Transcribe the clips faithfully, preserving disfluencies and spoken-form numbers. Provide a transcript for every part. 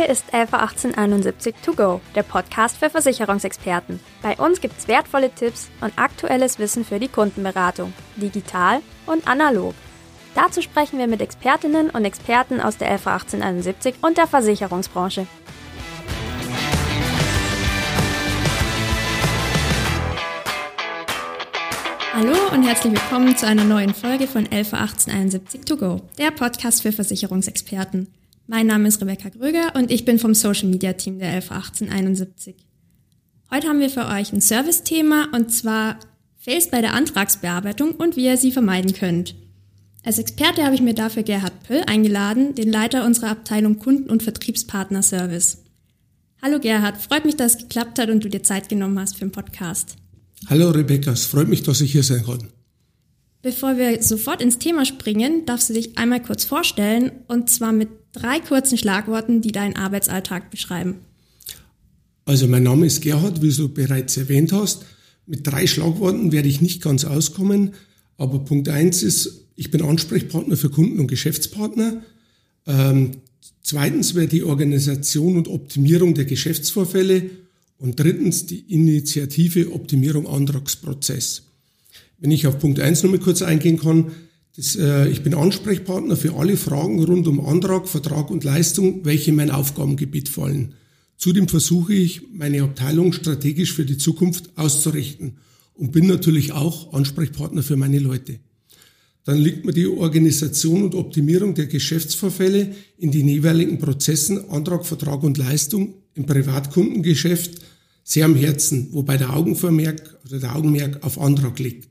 Hier ist L V achtzehnhunderteinundsiebzig To Go, der Podcast für Versicherungsexperten. Bei uns gibt's wertvolle Tipps und aktuelles Wissen für die Kundenberatung, digital und analog. Dazu sprechen wir mit Expertinnen und Experten aus der L V achtzehnhunderteinundsiebzig und der Versicherungsbranche. Hallo und herzlich willkommen zu einer neuen Folge von L V achtzehnhunderteinundsiebzig To Go, der Podcast für Versicherungsexperten. Mein Name ist Rebecca Gröger und ich bin vom Social Media Team der L V achtzehnhunderteinundsiebzig. Heute haben wir für euch ein Service-Thema und zwar Fails bei der Antragsbearbeitung und wie ihr sie vermeiden könnt. Als Experte habe ich mir dafür Gerhard Pöll eingeladen, den Leiter unserer Abteilung Kunden- und Vertriebspartner-Service. Hallo Gerhard, freut mich, dass es geklappt hat und du dir Zeit genommen hast für den Podcast. Hallo Rebecca, es freut mich, dass ich hier sein kann. Bevor wir sofort ins Thema springen, darfst du dich einmal kurz vorstellen und zwar mit drei kurzen Schlagworten, die deinen Arbeitsalltag beschreiben. Also mein Name ist Gerhard, wie du bereits erwähnt hast. Mit drei Schlagworten werde ich nicht ganz auskommen, aber Punkt eins ist, ich bin Ansprechpartner für Kunden und Geschäftspartner. Ähm, zweitens wäre die Organisation und Optimierung der Geschäftsvorfälle und drittens die Initiative Optimierung Antragsprozess. Wenn ich auf Punkt eins nochmal kurz eingehen kann, das, äh, ich bin Ansprechpartner für alle Fragen rund um Antrag, Vertrag und Leistung, welche in mein Aufgabengebiet fallen. Zudem versuche ich, meine Abteilung strategisch für die Zukunft auszurichten und bin natürlich auch Ansprechpartner für meine Leute. Dann liegt mir die Organisation und Optimierung der Geschäftsvorfälle in den jeweiligen Prozessen, Antrag, Vertrag und Leistung im Privatkundengeschäft sehr am Herzen, wobei der Augenvermerk oder der Augenmerk auf Antrag liegt.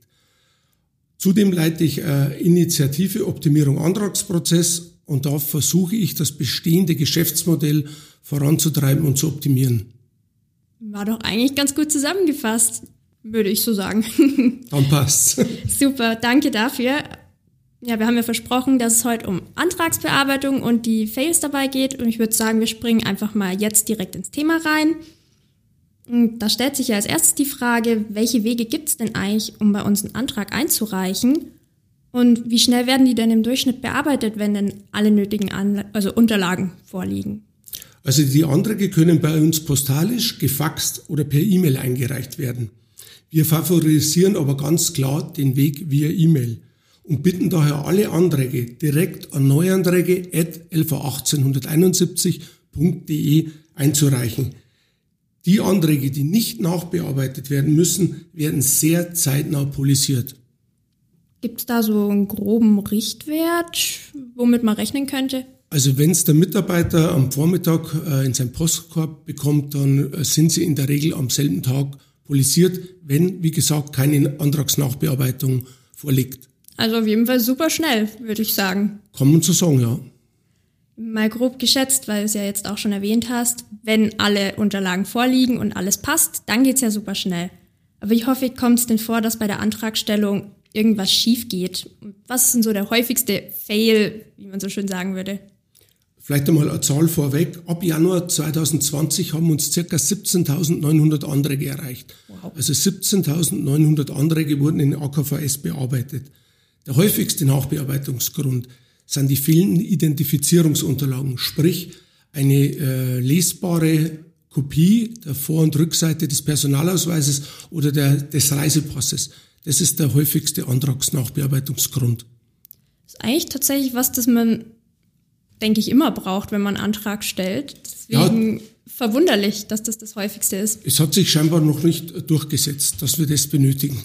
Zudem leite ich äh, Initiative Optimierung Antragsprozess und da versuche ich, das bestehende Geschäftsmodell voranzutreiben und zu optimieren. War doch eigentlich ganz gut zusammengefasst, würde ich so sagen. Dann passt's. Super, danke dafür. Ja, wir haben ja versprochen, dass es heute um Antragsbearbeitung und die Fails dabei geht und ich würde sagen, wir springen einfach mal jetzt direkt ins Thema rein. Und da stellt sich ja als erstes die Frage, welche Wege gibt es denn eigentlich, um bei uns einen Antrag einzureichen? Und wie schnell werden die denn im Durchschnitt bearbeitet, wenn denn alle nötigen Anla- also Unterlagen vorliegen? Also die Anträge können bei uns postalisch, gefaxt oder per E-Mail eingereicht werden. Wir favorisieren aber ganz klar den Weg via E-Mail und bitten daher alle Anträge direkt an neuanträge at l v achtzehnhunderteinundsiebzig punkt d e einzureichen. Die Anträge, die nicht nachbearbeitet werden müssen, werden sehr zeitnah polisiert. Gibt es da so einen groben Richtwert, womit man rechnen könnte? Also wenn es der Mitarbeiter am Vormittag äh, in seinen Postkorb bekommt, dann äh, sind sie in der Regel am selben Tag polisiert, wenn, wie gesagt, keine Antragsnachbearbeitung vorliegt. Also auf jeden Fall super schnell, würde ich sagen. Kann man so sagen, ja. Mal grob geschätzt, weil du es ja jetzt auch schon erwähnt hast, wenn alle Unterlagen vorliegen und alles passt, dann geht's ja super schnell. Aber wie häufig kommt es denn vor, dass bei der Antragstellung irgendwas schief geht? Was ist denn so der häufigste Fail, wie man so schön sagen würde? Vielleicht einmal eine Zahl vorweg. Ab Januar zwanzig zwanzig haben uns ca. siebzehntausendneunhundert Anträge erreicht. Wow. Also siebzehntausendneunhundert Anträge wurden in A K V S bearbeitet. Der häufigste Nachbearbeitungsgrund sind die fehlenden Identifizierungsunterlagen, sprich eine äh, lesbare Kopie der Vor- und Rückseite des Personalausweises oder der, des Reisepasses. Das ist der häufigste Antragsnachbearbeitungsgrund. Das ist eigentlich tatsächlich was, das man, denke ich, immer braucht, wenn man einen Antrag stellt. Deswegen ja, verwunderlich, dass das das häufigste ist. Es hat sich scheinbar noch nicht durchgesetzt, dass wir das benötigen.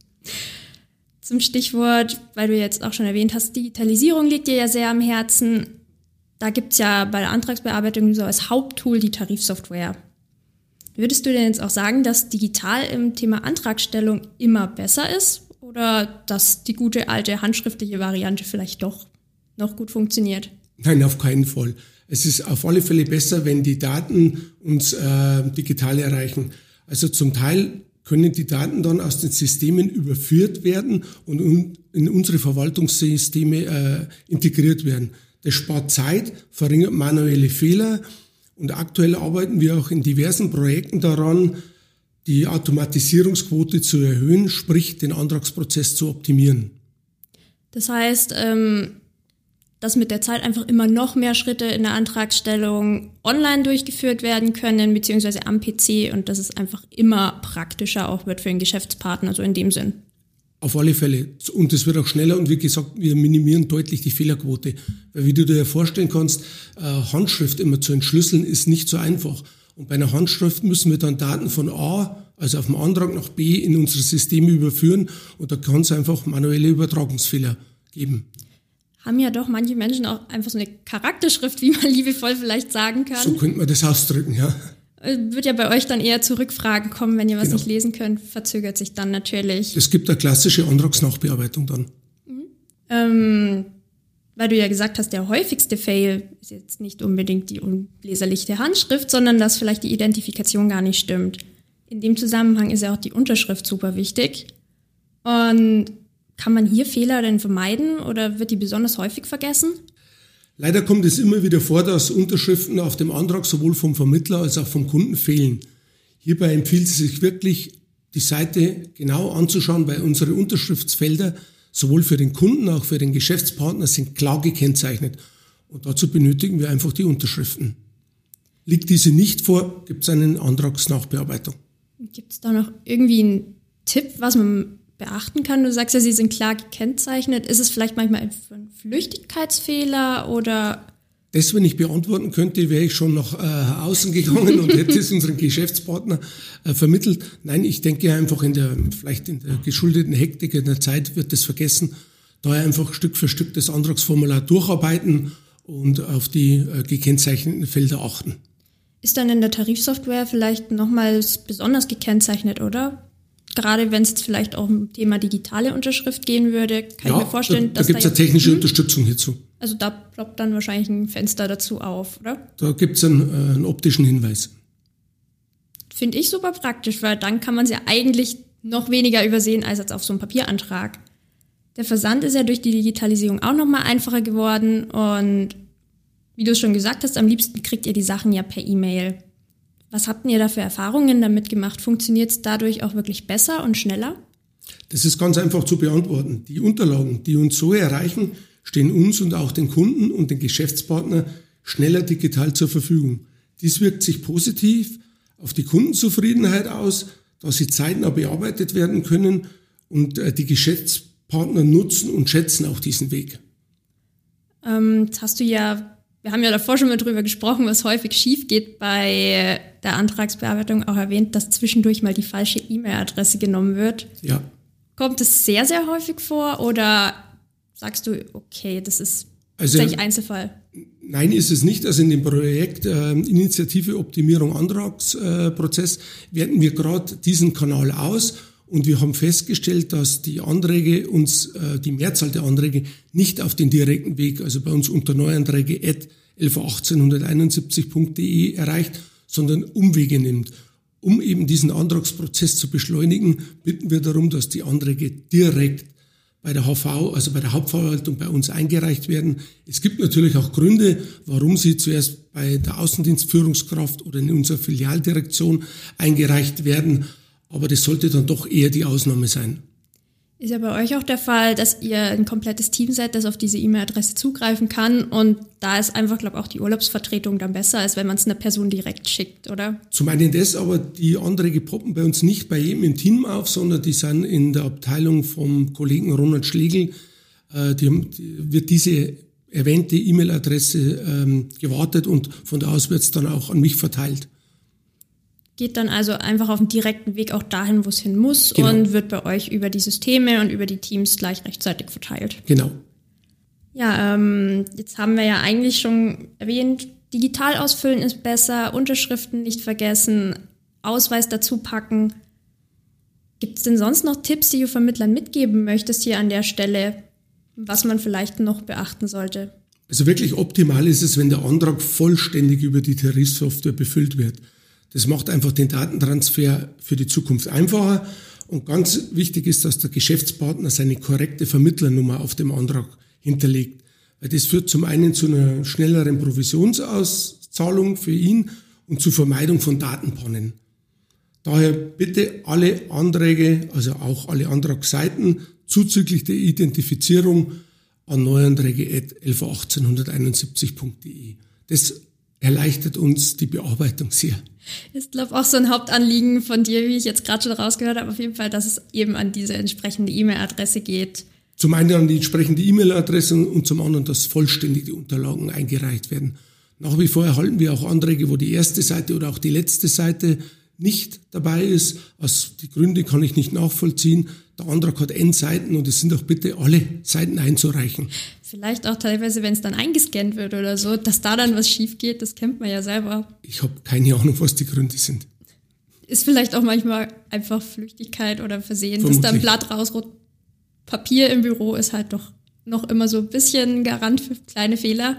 Zum Stichwort, weil du jetzt auch schon erwähnt hast, Digitalisierung liegt dir ja sehr am Herzen. Da gibt's ja bei der Antragsbearbeitung so als Haupttool die Tarifsoftware. Würdest du denn jetzt auch sagen, dass digital im Thema Antragstellung immer besser ist oder dass die gute alte handschriftliche Variante vielleicht doch noch gut funktioniert? Nein, auf keinen Fall. Es ist auf alle Fälle besser, wenn die Daten uns äh, digital erreichen. Also zum Teil können die Daten dann aus den Systemen überführt werden und in unsere Verwaltungssysteme äh, integriert werden. Das spart Zeit, verringert manuelle Fehler und aktuell arbeiten wir auch in diversen Projekten daran, die Automatisierungsquote zu erhöhen, sprich den Antragsprozess zu optimieren. Das heißt, ähm, dass mit der Zeit einfach immer noch mehr Schritte in der Antragstellung online durchgeführt werden können, beziehungsweise am P C, und dass es einfach immer praktischer auch wird für den Geschäftspartner, so in dem Sinn. Auf alle Fälle. Und es wird auch schneller und wie gesagt, wir minimieren deutlich die Fehlerquote. Weil wie du dir vorstellen kannst, Handschrift immer zu entschlüsseln ist nicht so einfach. Und bei einer Handschrift müssen wir dann Daten von A, also auf dem Antrag, nach B in unsere Systeme überführen und da kann es einfach manuelle Übertragungsfehler geben. Haben ja doch manche Menschen auch einfach so eine Charakterschrift, wie man liebevoll vielleicht sagen kann. So könnte man das ausdrücken, ja. Wird ja bei euch dann eher zu Rückfragen kommen, wenn ihr was Genau. nicht lesen könnt, verzögert sich dann natürlich. Es gibt eine klassische Antragsnachbearbeitung dann. Mhm. Ähm, weil du ja gesagt hast, der häufigste Fail ist jetzt nicht unbedingt die unleserliche Handschrift, sondern dass vielleicht die Identifikation gar nicht stimmt. In dem Zusammenhang ist ja auch die Unterschrift super wichtig. Und kann man hier Fehler denn vermeiden oder wird die besonders häufig vergessen? Leider kommt es immer wieder vor, dass Unterschriften auf dem Antrag sowohl vom Vermittler als auch vom Kunden fehlen. Hierbei empfiehlt es sich wirklich, die Seite genau anzuschauen, weil unsere Unterschriftsfelder sowohl für den Kunden als auch für den Geschäftspartner sind klar gekennzeichnet. Und dazu benötigen wir einfach die Unterschriften. Liegt diese nicht vor, gibt es eine Antragsnachbearbeitung. Gibt es da noch irgendwie einen Tipp, was man beachten kann? Du sagst ja, sie sind klar gekennzeichnet. Ist es vielleicht manchmal ein Flüchtigkeitsfehler oder? Das, wenn ich beantworten könnte, wäre ich schon nach äh, außen gegangen und hätte es unseren Geschäftspartner äh, vermittelt. Nein, ich denke einfach in der, vielleicht in der geschuldeten Hektik in der Zeit wird das vergessen. Daher einfach Stück für Stück das Antragsformular durcharbeiten und auf die äh, gekennzeichneten Felder achten. Ist dann in der Tarifsoftware vielleicht nochmals besonders gekennzeichnet, oder? Gerade wenn es jetzt vielleicht auch um Thema digitale Unterschrift gehen würde, kann ja, ich mir vorstellen, da, dass da gibt es da eine technische hm? Unterstützung hierzu. Also da ploppt dann wahrscheinlich ein Fenster dazu auf, oder? Da gibt es einen, äh, einen optischen Hinweis. Finde ich super praktisch, weil dann kann man es ja eigentlich noch weniger übersehen als jetzt auf so einem Papierantrag. Der Versand ist ja durch die Digitalisierung auch nochmal einfacher geworden und wie du es schon gesagt hast, am liebsten kriegt ihr die Sachen ja per E-Mail. Was habt ihr da für Erfahrungen damit gemacht? Funktioniert es dadurch auch wirklich besser und schneller? Das ist ganz einfach zu beantworten. Die Unterlagen, die uns so erreichen, stehen uns und auch den Kunden und den Geschäftspartner schneller digital zur Verfügung. Dies wirkt sich positiv auf die Kundenzufriedenheit aus, da sie zeitnah bearbeitet werden können und die Geschäftspartner nutzen und schätzen auch diesen Weg. Ähm, jetzt hast du ja Wir haben ja davor schon mal drüber gesprochen, was häufig schief geht bei der Antragsbearbeitung, auch erwähnt, dass zwischendurch mal die falsche E-Mail-Adresse genommen wird. Ja. Kommt es sehr, sehr häufig vor oder sagst du, okay, das ist also, tatsächlich Einzelfall? Nein, ist es nicht. Also in dem Projekt äh, Initiative Optimierung Antragsprozess äh, werten wir gerade diesen Kanal aus und wir haben festgestellt, dass die Anträge uns, äh, die Mehrzahl der Anträge nicht auf den direkten Weg, also bei uns unter neuanträge at elf achtzehnhunderteinundsiebzig punkt de erreicht, sondern Umwege nimmt. Um eben diesen Antragsprozess zu beschleunigen, bitten wir darum, dass die Anträge direkt bei der H V, also bei der Hauptverwaltung bei uns eingereicht werden. Es gibt natürlich auch Gründe, warum sie zuerst bei der Außendienstführungskraft oder in unserer Filialdirektion eingereicht werden. Aber das sollte dann doch eher die Ausnahme sein. Ist ja bei euch auch der Fall, dass ihr ein komplettes Team seid, das auf diese E-Mail-Adresse zugreifen kann und da ist einfach, glaube ich, auch die Urlaubsvertretung dann besser, als wenn man es einer Person direkt schickt, oder? Zum einen das, aber die Anträge poppen bei uns nicht bei jedem im Team auf, sondern die sind in der Abteilung vom Kollegen Ronald Schlegel, äh, die, die wird diese erwähnte E-Mail-Adresse ähm, gewartet und von da aus wird es dann auch an mich verteilt. Geht dann also einfach auf dem direkten Weg auch dahin, wo es hin muss, genau, und wird bei euch über die Systeme und über die Teams gleich rechtzeitig verteilt. Genau. Ja, ähm, jetzt haben wir ja eigentlich schon erwähnt, digital ausfüllen ist besser, Unterschriften nicht vergessen, Ausweis dazu packen. Gibt es denn sonst noch Tipps, die du Vermittlern mitgeben möchtest hier an der Stelle, was man vielleicht noch beachten sollte? Also wirklich optimal ist es, wenn der Antrag vollständig über die Tarifsoftware befüllt wird. Das macht einfach den Datentransfer für die Zukunft einfacher. Und ganz wichtig ist, dass der Geschäftspartner seine korrekte Vermittlernummer auf dem Antrag hinterlegt. Weil das führt zum einen zu einer schnelleren Provisionsauszahlung für ihn und zur Vermeidung von Datenpannen. Daher bitte alle Anträge, also auch alle Antragsseiten, zuzüglich der Identifizierung an neuanträge at elf achtzehnhunderteinundsiebzig punkt de. Das erleichtert uns die Bearbeitung sehr. Ich glaube auch so ein Hauptanliegen von dir, wie ich jetzt gerade schon rausgehört habe, auf jeden Fall, dass es eben an diese entsprechende E-Mail-Adresse geht. Zum einen an die entsprechende E-Mail-Adresse und zum anderen, dass vollständig die Unterlagen eingereicht werden. Nach wie vor erhalten wir auch Anträge, wo die erste Seite oder auch die letzte Seite nicht dabei ist. Aus die Gründe kann ich nicht nachvollziehen. Der Antrag hat N Seiten und es sind auch bitte alle Seiten einzureichen. Vielleicht auch teilweise, wenn es dann eingescannt wird oder so, dass da dann was schief geht, das kennt man ja selber. Ich habe keine Ahnung, was die Gründe sind. Ist vielleicht auch manchmal einfach Flüchtigkeit oder Versehen, Vermutlich. dass da ein Blatt rausrutscht. Papier im Büro ist halt doch noch immer so ein bisschen Garant für kleine Fehler.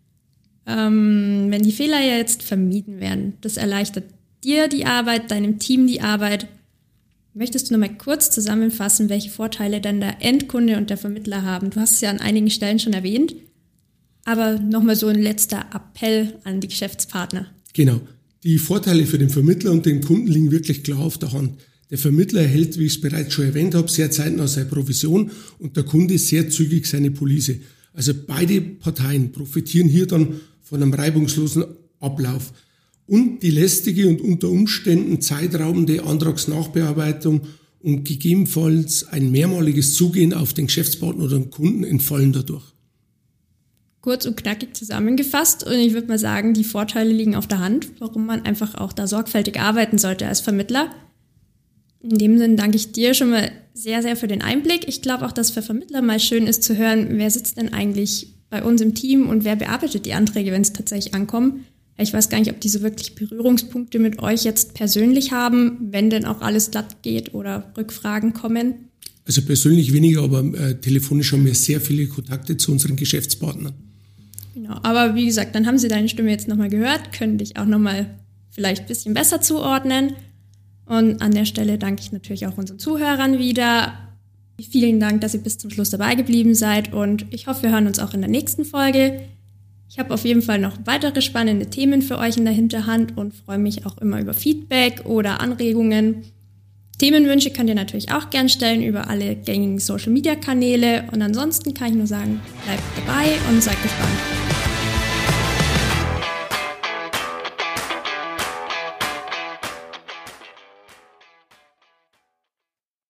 Ähm, wenn die Fehler ja jetzt vermieden werden, das erleichtert dir die Arbeit, deinem Team die Arbeit. Möchtest du noch mal kurz zusammenfassen, welche Vorteile dann der Endkunde und der Vermittler haben? Du hast es ja an einigen Stellen schon erwähnt, aber noch mal so ein letzter Appell an die Geschäftspartner. Genau. Die Vorteile für den Vermittler und den Kunden liegen wirklich klar auf der Hand. Der Vermittler erhält, wie ich es bereits schon erwähnt habe, sehr zeitnah seine Provision und der Kunde sehr zügig seine Police. Also beide Parteien profitieren hier dann von einem reibungslosen Ablauf. Und die lästige und unter Umständen zeitraubende Antragsnachbearbeitung und gegebenenfalls ein mehrmaliges Zugehen auf den Geschäftspartner oder den Kunden entfallen dadurch. Kurz und knackig zusammengefasst und ich würde mal sagen, die Vorteile liegen auf der Hand, warum man einfach auch da sorgfältig arbeiten sollte als Vermittler. In dem Sinne danke ich dir schon mal sehr, sehr für den Einblick. Ich glaube auch, dass für Vermittler mal schön ist zu hören, wer sitzt denn eigentlich bei uns im Team und wer bearbeitet die Anträge, wenn es tatsächlich ankommen. Ich weiß gar nicht, ob diese wirklich Berührungspunkte mit euch jetzt persönlich haben, wenn denn auch alles glatt geht oder Rückfragen kommen. Also persönlich weniger, aber äh, telefonisch haben wir sehr viele Kontakte zu unseren Geschäftspartnern. Genau, aber wie gesagt, dann haben sie deine Stimme jetzt nochmal gehört, können dich auch nochmal vielleicht ein bisschen besser zuordnen. Und an der Stelle danke ich natürlich auch unseren Zuhörern wieder. Vielen Dank, dass ihr bis zum Schluss dabei geblieben seid und ich hoffe, wir hören uns auch in der nächsten Folge. Ich habe auf jeden Fall noch weitere spannende Themen für euch in der Hinterhand und freue mich auch immer über Feedback oder Anregungen. Themenwünsche könnt ihr natürlich auch gern stellen über alle gängigen Social-Media-Kanäle und ansonsten kann ich nur sagen, bleibt dabei und seid gespannt.